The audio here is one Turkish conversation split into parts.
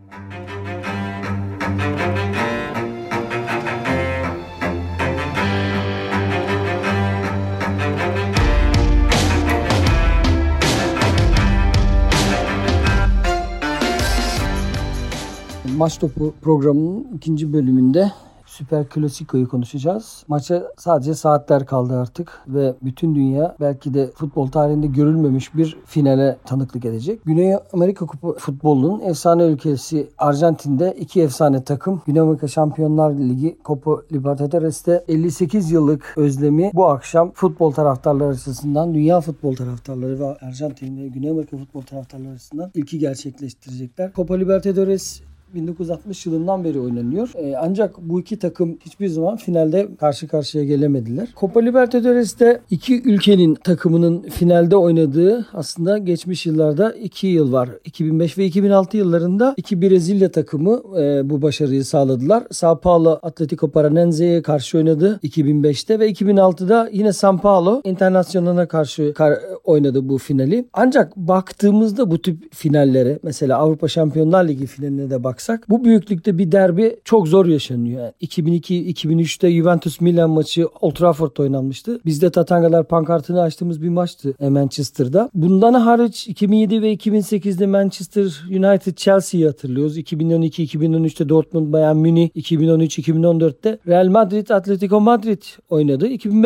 Maç Topu programının ikinci bölümünde Süper Clasico'yu konuşacağız. Maça sadece saatler kaldı artık ve bütün dünya belki de futbol tarihinde görülmemiş bir finale tanıklık edecek. Güney Amerika futbolunun efsane ülkesi Arjantin'de iki efsane takım Güney Amerika Şampiyonlar Ligi Copa Libertadores'te 58 yıllık özlemi bu akşam futbol taraftarları açısından, dünya futbol taraftarları ve Arjantin ve Güney Amerika futbol taraftarları açısından ilki gerçekleştirecekler. Copa Libertadores 1960 yılından beri oynanıyor. Ancak bu iki takım hiçbir zaman finalde karşı karşıya gelemediler. Copa Libertadores'te iki ülkenin takımının finalde oynadığı aslında geçmiş yıllarda 2 yıl var. 2005 ve 2006 yıllarında iki Brezilya takımı bu başarıyı sağladılar. São Paulo Atlético Paranense'ye karşı oynadı 2005'te ve 2006'da yine São Paulo Internacional'a karşı oynadı bu finali. Ancak baktığımızda bu tip finallere, mesela Avrupa Şampiyonlar Ligi finaline de baksak, bu büyüklükte bir derbi çok zor yaşanıyor. Yani 2002-2003'te Juventus Milan maçı Old Trafford'da oynanmıştı. Biz de Tatangalar pankartını açtığımız bir maçtı Manchester'da. Bundan hariç 2007 ve 2008'de Manchester United Chelsea'yi hatırlıyoruz. 2012-2013'te Dortmund Bayern Münih, 2013-2014'te Real Madrid Atletico Madrid oynadı.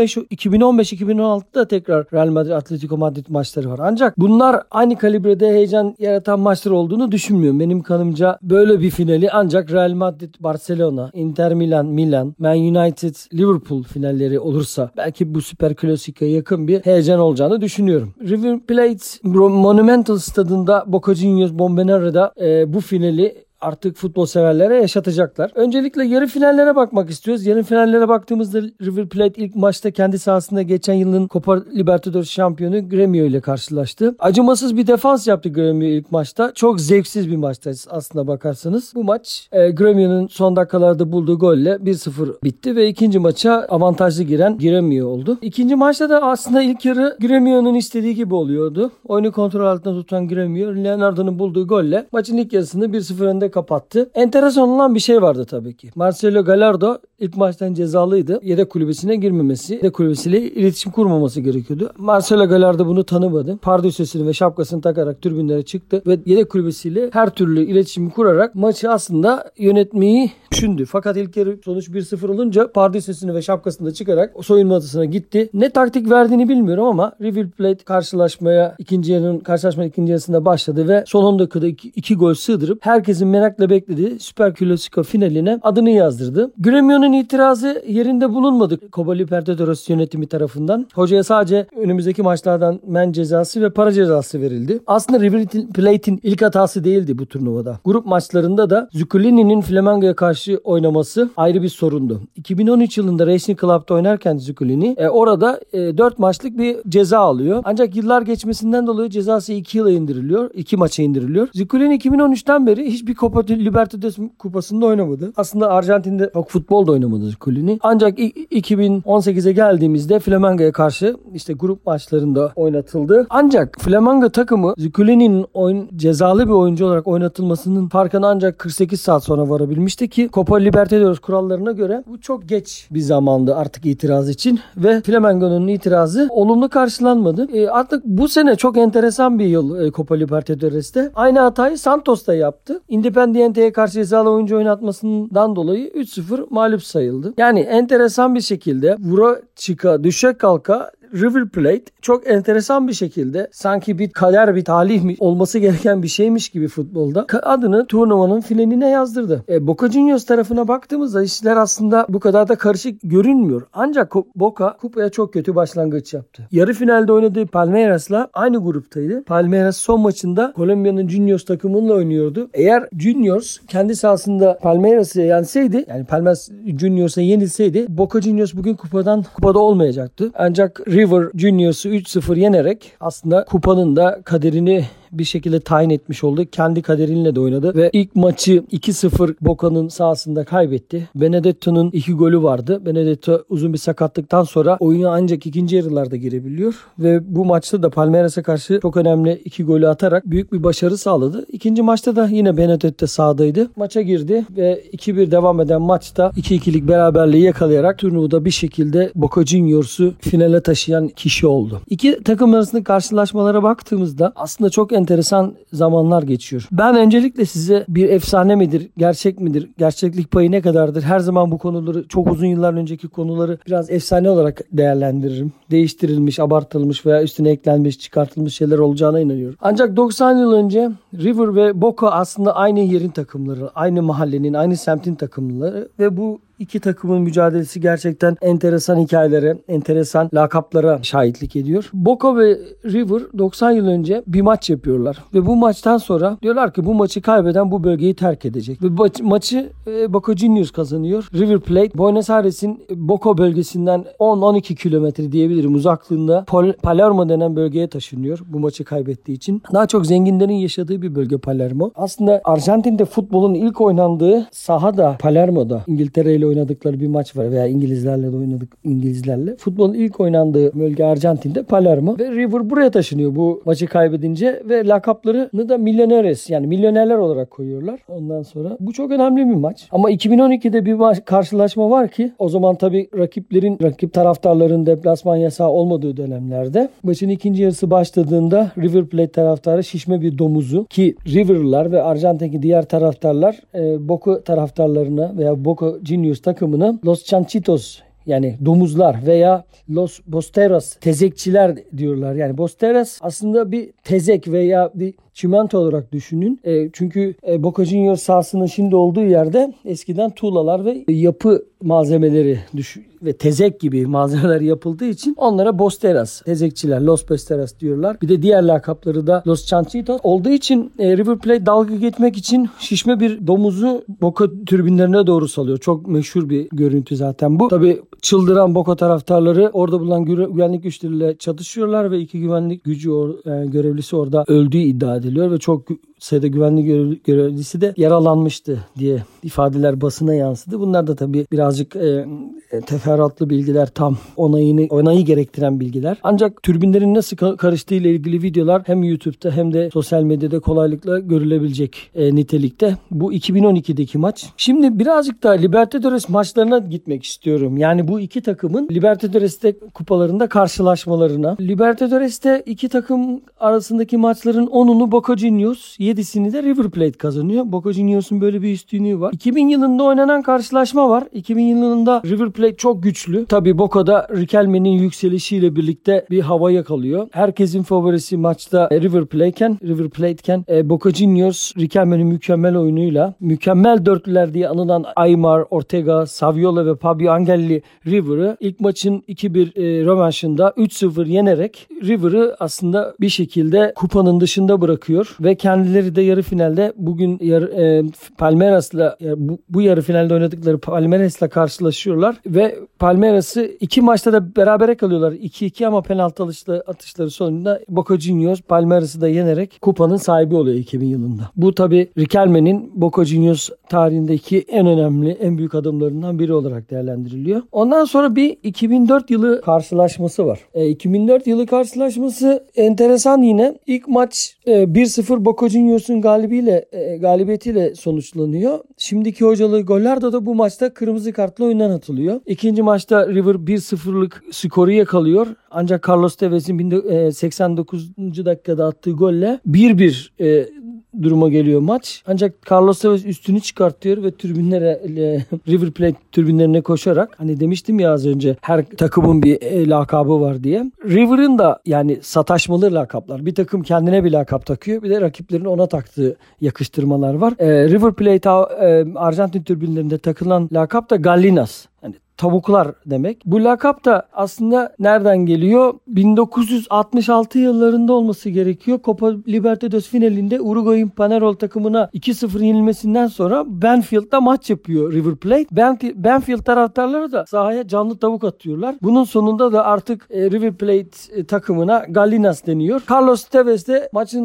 2015-2016'da tekrar Real Madrid Atletico Madrid maçları var. Ancak bunlar aynı kalibrede heyecan yaratan maçlar olduğunu düşünmüyorum. Benim kanımca böyle bir finali ancak Real Madrid, Barcelona, Inter Milan, Man United, Liverpool finalleri olursa belki bu Süper Clasico'ya yakın bir heyecan olacağını düşünüyorum. River Plate Monumental Stadı'nda Boca Juniors Bombonera'da bu finali artık futbol severlere yaşatacaklar. Öncelikle yarı finallere bakmak istiyoruz. Yarı finallere baktığımızda River Plate ilk maçta kendi sahasında geçen yılın Copa Libertadores şampiyonu Gremio ile karşılaştı. Acımasız bir defans yaptı Gremio ilk maçta. Çok zevksiz bir maçtı aslında bakarsanız. Bu maç Gremio'nun son dakikalarda bulduğu golle 1-0 bitti ve ikinci maça avantajlı giren Gremio oldu. İkinci maçta da aslında ilk yarı Gremio'nun istediği gibi oluyordu. Oyunu kontrol altında tutan Gremio, Leonardo'nun bulduğu golle maçın ilk yarısını 1-0 önde kapattı. Enteresan olan bir şey vardı tabii ki. Marcelo Gallardo ilk maçtan cezalıydı. Yedek kulübesine girmemesi, yedek kulübesiyle iletişim kurmaması gerekiyordu. Marcelo Gallardo bunu tanımadı. Pardösüsünü ve şapkasını takarak tribünlere çıktı ve yedek kulübesiyle her türlü iletişimi kurarak maçı aslında yönetmeyi düşündü. Fakat ilk yarı sonuç 1-0 olunca pardösüsünü ve şapkasını da çıkarak soyunma odasına gitti. Ne taktik verdiğini bilmiyorum ama River Plate karşılaşmanın ikinci yarısında başladı ve son 10 dakikada 2 gol sığdırıp herkesin merakla beklediği Süper Clasico finaline adını yazdırdı. Gremio'nun itirazı yerinde bulunmadı Copa Libertadores yönetimi tarafından. Hocaya sadece önümüzdeki maçlardan men cezası ve para cezası verildi. Aslında River Plate'in ilk hatası değildi bu turnuvada. Grup maçlarında da Zuculini'nin Flamengo'ya karşı oynaması ayrı bir sorundu. 2013 yılında Racing Club'da oynarken Zuculini orada 4 maçlık bir ceza alıyor. Ancak yıllar geçmesinden dolayı cezası 2 yıla indiriliyor. 2 maça indiriliyor. Zuculini 2013'ten beri hiçbir Copa Libertadores kupasında oynamadı. Aslında Arjantin'de çok futbol da oynamadı Zuculini. Ancak 2018'e geldiğimizde Flamengo'ya karşı işte grup maçlarında oynatıldı. Ancak Flamengo takımı Zuculini'nin cezalı bir oyuncu olarak oynatılmasının farkına ancak 48 saat sonra varabilmişti ki Copa Libertadores kurallarına göre bu çok geç bir zamandı artık itiraz için ve Flamengo'nun itirazı olumlu karşılanmadı. Artık bu sene çok enteresan bir yıl Copa Libertadores'te. Aynı hatayı Santos da yaptı. Independiente'ye karşı cezalı oyuncu oynatmasından dolayı 3-0 mağlup sayıldı. Yani enteresan bir şekilde vura çıka düşe kalka River Plate çok enteresan bir şekilde sanki bir kader, bir talih olması gereken bir şeymiş gibi futbolda adını turnuvanın finaline yazdırdı. Boca Juniors tarafına baktığımızda işler aslında bu kadar da karışık görünmüyor. Ancak Boca kupaya çok kötü başlangıç yaptı. Yarı finalde oynadığı Palmeiras'la aynı gruptaydı. Palmeiras son maçında Kolombiya'nın Juniors takımıyla oynuyordu. Eğer Juniors kendi sahasında Palmeiras'ı yenseydi, yani Palmeiras Juniors'a yenilseydi Boca Juniors bugün kupada olmayacaktı. Ancak River Juniors'u 3-0 yenerek aslında kupanın da kaderini bir şekilde tayin etmiş oldu. Kendi kaderinle de oynadı ve ilk maçı 2-0 Boca'nın sahasında kaybetti. Benedetto'nun 2 golü vardı. Benedetto uzun bir sakatlıktan sonra oyuna ancak ikinci yarılarda girebiliyor ve bu maçta da Palmeiras'a karşı çok önemli 2 golü atarak büyük bir başarı sağladı. İkinci maçta da yine Benedetto sahadaydı. Maça girdi ve 2-1 devam eden maçta 2-2'lik beraberliği yakalayarak turnuvada bir şekilde Boca Juniors'u finale taşıyan kişi oldu. İki takım arasındaki karşılaşmalara baktığımızda aslında çok enteresan zamanlar geçiyor. Ben öncelikle size bir efsane midir, gerçek midir, gerçeklik payı ne kadardır? Her zaman bu konuları, çok uzun yıllar önceki konuları biraz efsane olarak değerlendiririm. Değiştirilmiş, abartılmış veya üstüne eklenmiş, çıkartılmış şeyler olacağına inanıyorum. Ancak 90 yıl önce River ve Boca aslında aynı yerin takımları, aynı mahallenin, aynı semtin takımları ve bu İki takımın mücadelesi gerçekten enteresan hikayelere, enteresan lakaplara şahitlik ediyor. Boca ve River 90 yıl önce bir maç yapıyorlar. Ve bu maçtan sonra diyorlar ki bu maçı kaybeden bu bölgeyi terk edecek. Ve maçı Boca Juniors kazanıyor. River Plate, Buenos Aires'in Boca bölgesinden 10-12 kilometre diyebilirim uzaklığında Palermo denen bölgeye taşınıyor. Bu maçı kaybettiği için. Daha çok zenginlerin yaşadığı bir bölge Palermo. Aslında Arjantin'de futbolun ilk oynandığı saha da Palermo'da. İngiltere ile oynadıkları bir maç var veya İngilizlerle de oynadık İngilizlerle. Futbolun ilk oynandığı bölge Arjantin'de Palermo ve River buraya taşınıyor bu maçı kaybedince ve lakaplarını da Millonaires yani milyonerler olarak koyuyorlar. Ondan sonra bu çok önemli bir maç. Ama 2012'de bir karşılaşma var ki o zaman tabii rakip taraftarların deplasman yasağı olmadığı dönemlerde maçın ikinci yarısı başladığında River Plate taraftarı şişme bir domuzu ki River'lar ve Arjantin'deki diğer taraftarlar Boca taraftarlarına veya Boca Juniors takımını Los Chanchitos yani domuzlar veya Los Bosteros tezekçiler diyorlar. Yani Bosteros aslında bir tezek veya bir çimento olarak düşünün. Çünkü Boca Juniors sahasının şimdi olduğu yerde eskiden tuğlalar ve yapı malzemeleri ve tezek gibi malzemeler yapıldığı için onlara Bosteros, tezekçiler, Los Bosteros diyorlar. Bir de diğer lakapları da Los Chanchitos olduğu için River Plate dalga geçmek için şişme bir domuzu Boca tribünlerine doğru salıyor. Çok meşhur bir görüntü zaten bu. Tabii çıldıran Boca taraftarları orada bulunan güvenlik güçleriyle çatışıyorlar ve iki güvenlik gücü görevlisi orada öldüğü iddia ediliyor ve çok sayıda güvenlik görevlisi de yaralanmıştı diye ifadeler basına yansıdı. Bunlar da tabii birazcık teferruatlı bilgiler, tam onayı gerektiren bilgiler. Ancak türbinlerin nasıl karıştığı ile ilgili videolar hem YouTube'da hem de sosyal medyada kolaylıkla görülebilecek nitelikte. Bu 2012'deki maç. Şimdi birazcık da Libertadores maçlarına gitmek istiyorum. Yani bu iki takımın Libertadores'te kupalarında karşılaşmalarına. Libertadores'te iki takım arasındaki maçların 10'unu Boca Juniors, 7'sini de River Plate kazanıyor. Boca Juniors'un böyle bir üstünlüğü var. 2000 yılında oynanan karşılaşma var. 2000 yılında River Plate çok güçlü. Tabii Boca'da Riquelme'nin yükselişiyle birlikte bir hava yakalıyor. Herkesin favorisi maçta River Plate'ken Boca Juniors Riquelme'nin mükemmel oyunuyla mükemmel dörtlüler diye anılan Aymar, Ortega, Saviola ve Fabio Angelli River'ı ilk maçın 2-1 rövanşında 3-0 yenerek River'ı aslında bir şekilde kupanın dışında bırakıyor ve kendileri de yarı finalde bugün Palmeiras'la bu yarı finalde oynadıkları Palmeiras'la karşılaşıyorlar ve Palmeiras'ı iki maçta da berabere kalıyorlar. 2-2 ama penaltı atışları sonunda Boca Juniors Palmeiras'ı da yenerek kupanın sahibi oluyor 2000 yılında. Bu tabii Riquelme'nin Boca Juniors tarihindeki en önemli, en büyük adımlarından biri olarak değerlendiriliyor. Ondan sonra bir 2004 yılı karşılaşması var. 2004 yılı karşılaşması enteresan yine. İlk maç 1-0 Boca Juniors'un galibiyetiyle sonuçlanıyor. Şimdiki hocalı Gallardo da bu maçta kırmızı kartla oyundan atılıyor. İkinci maçta River 1-0'lık skoru yakalıyor. Ancak Carlos Tevez'in 89. dakikada attığı golle 1-1 duruma geliyor maç. Ancak Carlos Tevez üstünü çıkartıyor ve River Plate tribünlerine koşarak, hani demiştim ya az önce, her takımın bir lakabı var diye. River'ın da yani sataşmalı lakaplar. Bir takım kendine bir lakap takıyor. Bir de rakiplerin ona taktığı yakıştırmalar var. River Plate Arjantin tribünlerinde takılan lakap da Gallinas. Yani tavuklar demek. Bu lakap da aslında nereden geliyor? 1966 yıllarında olması gerekiyor. Copa Libertadores finalinde Uruguay'ın Peñarol takımına 2-0 yenilmesinden sonra Banfield'da maç yapıyor River Plate. Banfield taraftarları da sahaya canlı tavuk atıyorlar. Bunun sonunda da artık River Plate takımına Gallinas deniyor. Carlos Tevez de maçın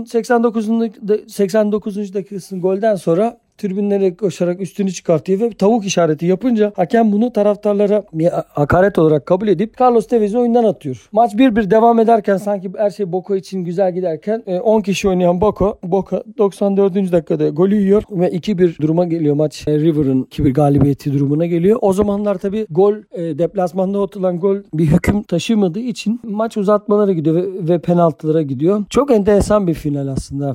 89. dakikasının golden sonra tribünlere koşarak üstünü çıkartıyor ve tavuk işareti yapınca hakem bunu taraftarlara bir hakaret olarak kabul edip Carlos Tevez'i oyundan atıyor. Maç 1-1 devam ederken sanki her şey Boca için güzel giderken 10 kişi oynayan Boca 94. dakikada golü yiyor ve 2-1 duruma geliyor maç. River'ın 2-1 galibiyeti durumuna geliyor. O zamanlar tabii gol deplasmanda atılan gol bir hüküm taşımadığı için maç uzatmalara gidiyor ve penaltılara gidiyor. Çok enteresan bir final aslında.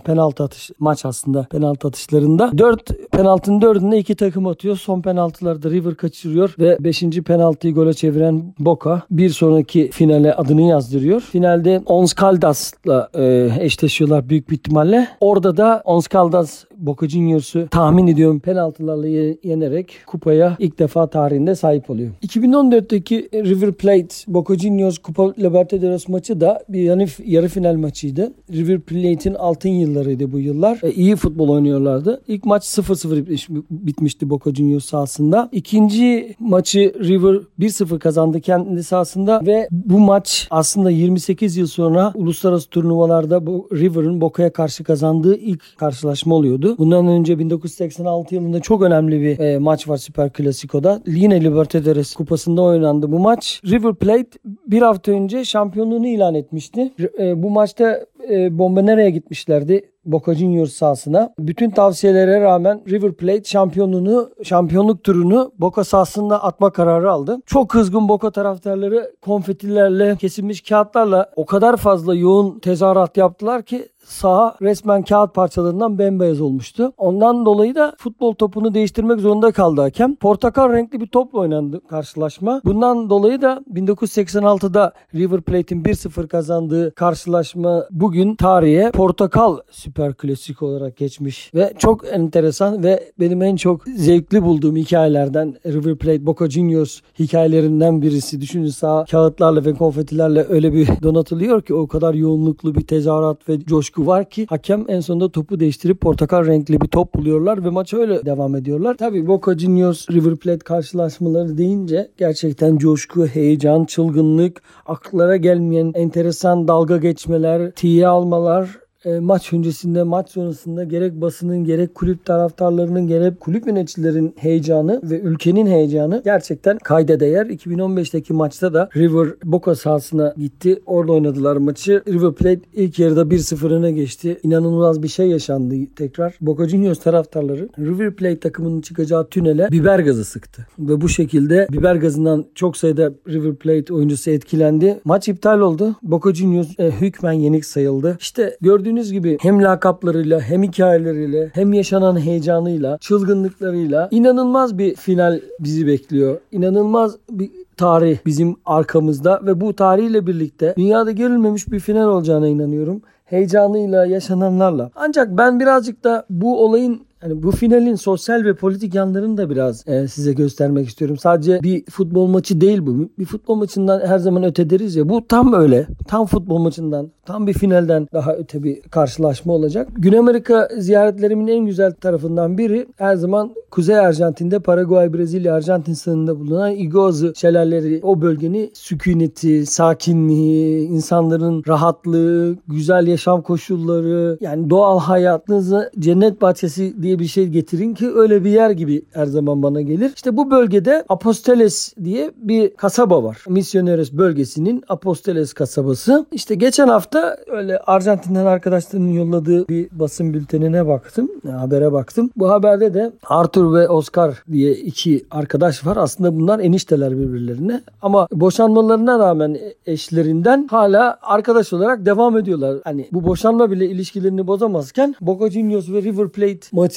Maç aslında penaltı atışlarında. 4 penaltının 4'ünde 2 takım atıyor. Son penaltılarda River kaçırıyor ve 5. penaltıyı gole çeviren Boca bir sonraki finale adını yazdırıyor. Finalde Once Caldas'la eşleşiyorlar büyük bir ihtimalle. Orada da Once Caldas Boca Juniors'u tahmin ediyorum penaltılarla yenerek kupaya ilk defa tarihinde sahip oluyor. 2014'teki River Plate Boca Juniors Copa Libertadores maçı da bir yarı final maçıydı. River Plate'in altın yıllarıydı bu yıllar. İyi futbol oynuyorlardı. İlk maç 0-0 bitmişti Boca Juniors sahasında. İkinci maçı River 1-0 kazandı kendi sahasında ve bu maç aslında 28 yıl sonra uluslararası turnuvalarda River'ın Boca'ya karşı kazandığı ilk karşılaşma oluyordu. Bundan önce 1986 yılında çok önemli bir maç var Süper Klasiko'da. Yine Libertadores Kupası'nda oynandı bu maç. River Plate bir hafta önce şampiyonluğunu ilan etmişti. Bu maçta Bomboneira'ya gitmişlerdi. Boca Juniors sahasına. Bütün tavsiyelere rağmen River Plate şampiyonluk turunu Boca sahasında atma kararı aldı. Çok kızgın Boca taraftarları konfetilerle, kesilmiş kağıtlarla o kadar fazla yoğun tezahürat yaptılar ki saha resmen kağıt parçalarından bembeyaz olmuştu. Ondan dolayı da futbol topunu değiştirmek zorunda kaldı hakem. Portakal renkli bir topla oynandı karşılaşma. Bundan dolayı da 1986'da River Plate'in 1-0 kazandığı karşılaşma bugün tarihe Portakal Süper Klasik olarak geçmiş ve çok enteresan ve benim en çok zevkli bulduğum hikayelerden River Plate Boca Juniors hikayelerinden birisi. Düşünün saha kağıtlarla ve konfetilerle öyle bir donatılıyor ki o kadar yoğunluklu bir tezahürat ve coşku var ki hakem en sonunda topu değiştirip portakal renkli bir top buluyorlar ve maça öyle devam ediyorlar. Tabii Boca Juniors River Plate karşılaşmaları deyince gerçekten coşku, heyecan, çılgınlık, akıllara gelmeyen enteresan dalga geçmeler, tiye almalar, maç öncesinde, maç sonrasında gerek basının, gerek kulüp taraftarlarının, gerek kulüp yöneticilerin heyecanı ve ülkenin heyecanı gerçekten kayda değer. 2015'teki maçta da River Boca sahasına gitti. Orada oynadılar maçı. River Plate ilk yarıda 1-0 öne geçti. İnanılmaz bir şey yaşandı tekrar. Boca Juniors taraftarları River Plate takımının çıkacağı tünele biber gazı sıktı. Ve bu şekilde biber gazından çok sayıda River Plate oyuncusu etkilendi. Maç iptal oldu. Boca Juniors hükmen yenik sayıldı. İşte gördüğünüz gibi hem lakaplarıyla hem hikayeleriyle hem yaşanan heyecanıyla, çılgınlıklarıyla inanılmaz bir final bizi bekliyor. İnanılmaz bir tarih bizim arkamızda ve bu tarihle birlikte dünyada görülmemiş bir final olacağına inanıyorum. Heyecanıyla, yaşananlarla. Ancak ben birazcık da bu olayın bu finalin sosyal ve politik yanlarını da biraz size göstermek istiyorum. Sadece bir futbol maçı değil bu. Bir futbol maçından her zaman öte deriz ya. Bu tam öyle. Tam futbol maçından, tam bir finalden daha öte bir karşılaşma olacak. Güney Amerika ziyaretlerimin en güzel tarafından biri her zaman Kuzey Arjantin'de Paraguay, Brezilya, Arjantin sınırında bulunan Iguazu şelaleleri, o bölgenin sükuneti, sakinliği, insanların rahatlığı, güzel yaşam koşulları, yani doğal hayatınızı cennet bahçesi diye bir şey getirin ki öyle bir yer gibi her zaman bana gelir. İşte bu bölgede Aposteles diye bir kasaba var. Misioneros bölgesinin Aposteles kasabası. İşte geçen hafta öyle Arjantin'den arkadaşlarının yolladığı bir basın bültenine baktım. Habere baktım. Bu haberde de Arthur ve Oscar diye iki arkadaş var. Aslında bunlar enişteler birbirlerine. Ama boşanmalarına rağmen eşlerinden hala arkadaş olarak devam ediyorlar. Hani bu boşanma bile ilişkilerini bozamazken Boca Juniors ve River Plate maçı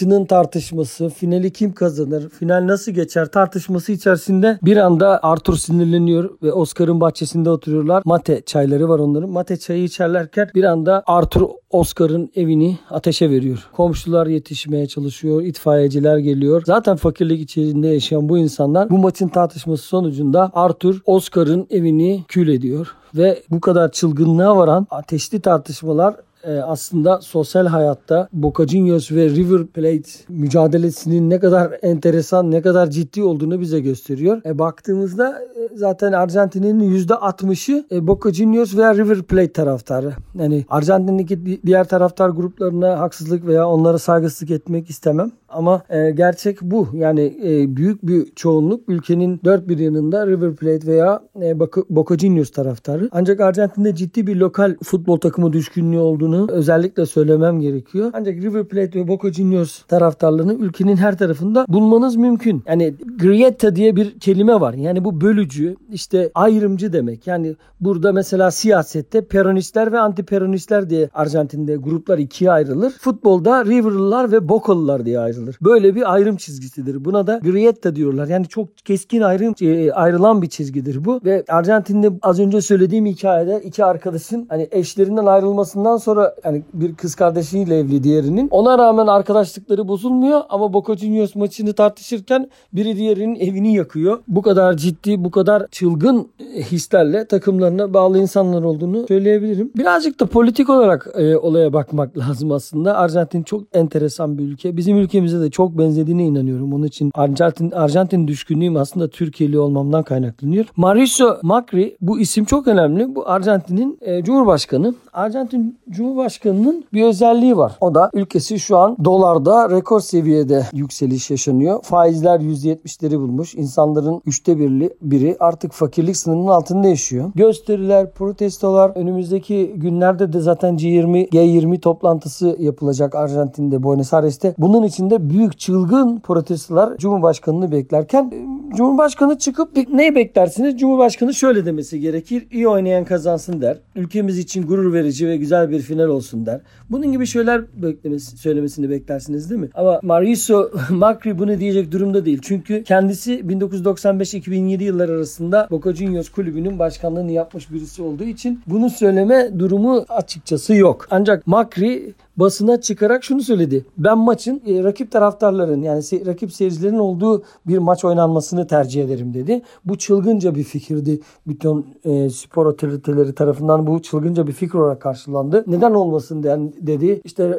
maçının tartışması, finali kim kazanır, final nasıl geçer tartışması içerisinde bir anda Arthur sinirleniyor ve Oscar'ın bahçesinde oturuyorlar. Mate çayları var onların. Mate çayı içerlerken bir anda Arthur Oscar'ın evini ateşe veriyor. Komşular yetişmeye çalışıyor. İtfaiyeciler geliyor. Zaten fakirlik içerisinde yaşayan bu insanlar bu maçın tartışması sonucunda Arthur Oscar'ın evini kül ediyor. Ve bu kadar çılgınlığa varan ateşli tartışmalar aslında sosyal hayatta Boca Juniors ve River Plate mücadelesinin ne kadar enteresan, ne kadar ciddi olduğunu bize gösteriyor. Baktığımızda zaten Arjantin'in %60'ı Boca Juniors veya River Plate taraftarı. Yani Arjantin'deki diğer taraftar gruplarına haksızlık veya onlara saygısızlık etmek istemem. Ama gerçek bu. Yani büyük bir çoğunluk ülkenin dört bir yanında River Plate veya Boca Juniors taraftarı. Ancak Arjantin'de ciddi bir lokal futbol takımı düşkünlüğü olduğunu özellikle söylemem gerekiyor. Ancak River Plate ve Boca Juniors taraftarlarını ülkenin her tarafında bulmanız mümkün. Yani grieta diye bir kelime var. Yani bu bölücü, işte ayrımcı demek. Yani burada mesela siyasette peronistler ve antiperonistler diye Arjantin'de gruplar ikiye ayrılır. Futbolda River'lılar ve Boca'lılar diye ayrılır. Böyle bir ayrım çizgisidir. Buna da grieta diyorlar. Yani çok keskin ayrılan bir çizgidir bu. Ve Arjantin'de az önce söylediğim hikayede iki arkadaşın hani eşlerinden ayrılmasından sonra hani bir kız kardeşiyle evli diğerinin. Ona rağmen arkadaşlıkları bozulmuyor ama Boca Juniors maçını tartışırken biri diğerinin evini yakıyor. Bu kadar ciddi, bu kadar çılgın hislerle takımlarına bağlı insanlar olduğunu söyleyebilirim. Birazcık da politik olarak olaya bakmak lazım aslında. Arjantin çok enteresan bir ülke. Bizim ülkemize de çok benzediğine inanıyorum. Onun için Arjantin düşkünlüğüm aslında Türkiye'li olmamdan kaynaklanıyor. Mauricio Macri, bu isim çok önemli. Bu Arjantin'in Cumhurbaşkanı. Arjantin Cumhurbaşkanı'nın bir özelliği var. O da ülkesi şu an dolarda rekor seviyede yükseliş yaşanıyor. Faizler %70'leri bulmuş. İnsanların 1/3'ü artık fakirlik sınırının altında yaşıyor. Gösteriler, protestolar, önümüzdeki günlerde de zaten G20 toplantısı yapılacak Arjantin'de, Buenos Aires'te. Bunun içinde büyük çılgın protestolar Cumhurbaşkanı'nı beklerken Cumhurbaşkanı çıkıp neyi beklersiniz? Cumhurbaşkanı şöyle demesi gerekir. İyi oynayan kazansın der. Ülkemiz için gurur verici ve güzel bir final olsun der. Bunun gibi şeyler söylemesini beklersiniz değil mi? Ama Mauricio Macri bunu diyecek durumda değil. Çünkü kendisi 1995-2007 yılları arasında Boca Juniors kulübünün başkanlığını yapmış birisi olduğu için bunu söyleme durumu açıkçası yok. Ancak Macri basına çıkarak şunu söyledi. Ben maçın rakip taraftarların yani rakip seyircilerin olduğu bir maç oynanmasını tercih ederim dedi. Bu çılgınca bir fikirdi. Bütün spor otoriteleri tarafından bu çılgınca bir fikir olarak karşılandı. Neden olmasın dedi. İşte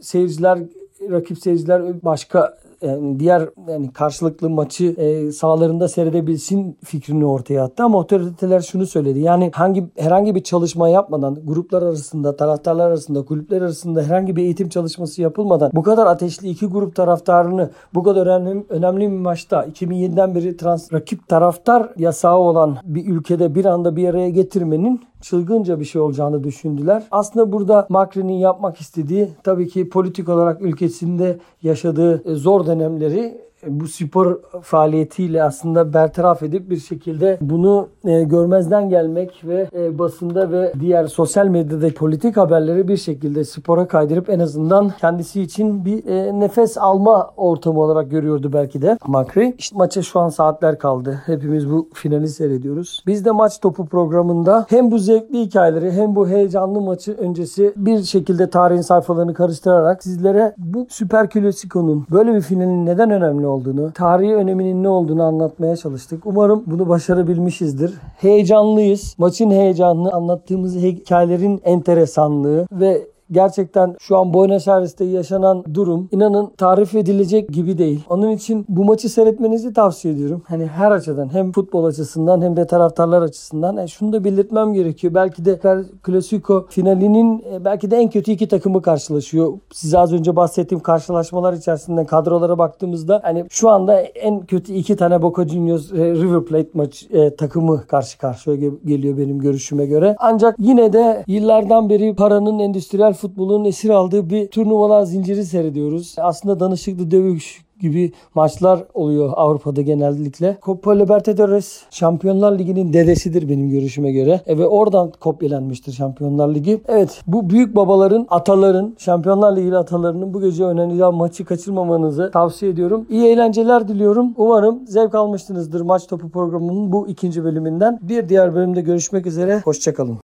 rakip seyirciler başka diğer karşılıklı maçı sahalarında seyredebilsin fikrini ortaya attı ama otoriteler şunu söyledi. Yani herhangi bir çalışma yapmadan gruplar arasında, taraftarlar arasında, kulüpler arasında herhangi bir eğitim çalışması yapılmadan bu kadar ateşli iki grup taraftarını bu kadar önemli bir maçta 2007'den beri rakip taraftar yasağı olan bir ülkede bir anda bir araya getirmenin çılgınca bir şey olacağını düşündüler. Aslında burada Macri'nin yapmak istediği tabii ki politik olarak ülkesinde yaşadığı zor dönemleri bu spor faaliyetiyle aslında bertaraf edip bir şekilde bunu görmezden gelmek ve basında ve diğer sosyal medyada politik haberleri bir şekilde spora kaydırıp en azından kendisi için bir nefes alma ortamı olarak görüyordu belki de Macri. İşte maça şu an saatler kaldı. Hepimiz bu finali seyrediyoruz. Biz de Maç Topu programında hem bu zevkli hikayeleri hem bu heyecanlı maçı öncesi bir şekilde tarihin sayfalarını karıştırarak sizlere bu Süper Klasiko'nun böyle bir finalin neden önemli olduğunu, tarihi öneminin ne olduğunu anlatmaya çalıştık. Umarım bunu başarabilmişizdir. Heyecanlıyız. Maçın heyecanını, anlattığımız hikayelerin enteresanlığı ve gerçekten şu an Buenos Aires'te yaşanan durum inanın tarif edilecek gibi değil. Onun için bu maçı seyretmenizi tavsiye ediyorum. Hani her açıdan hem futbol açısından hem de taraftarlar açısından şunu da belirtmem gerekiyor. Belki de Süper Klasiko finalinin belki de en kötü iki takımı karşılaşıyor. Size az önce bahsettiğim karşılaşmalar içerisinde kadrolara baktığımızda hani şu anda en kötü iki tane Boca Juniors River Plate takımı karşı karşıya geliyor benim görüşüme göre. Ancak yine de yıllardan beri paranın endüstriyel futbolun esir aldığı bir turnuvalar zinciri seyrediyoruz. Aslında danışıklı dövüş gibi maçlar oluyor Avrupa'da genellikle. Copa Libertadores Şampiyonlar Ligi'nin dedesidir benim görüşüme göre. Ve oradan kopyalanmıştır Şampiyonlar Ligi. Evet, bu büyük babaların, ataların, Şampiyonlar Ligi'li atalarının bu gece oynanacağı maçı kaçırmamanızı tavsiye ediyorum. İyi eğlenceler diliyorum. Umarım zevk almışsınızdır Maç Topu programının bu ikinci bölümünden. Bir diğer bölümde görüşmek üzere. Hoşçakalın.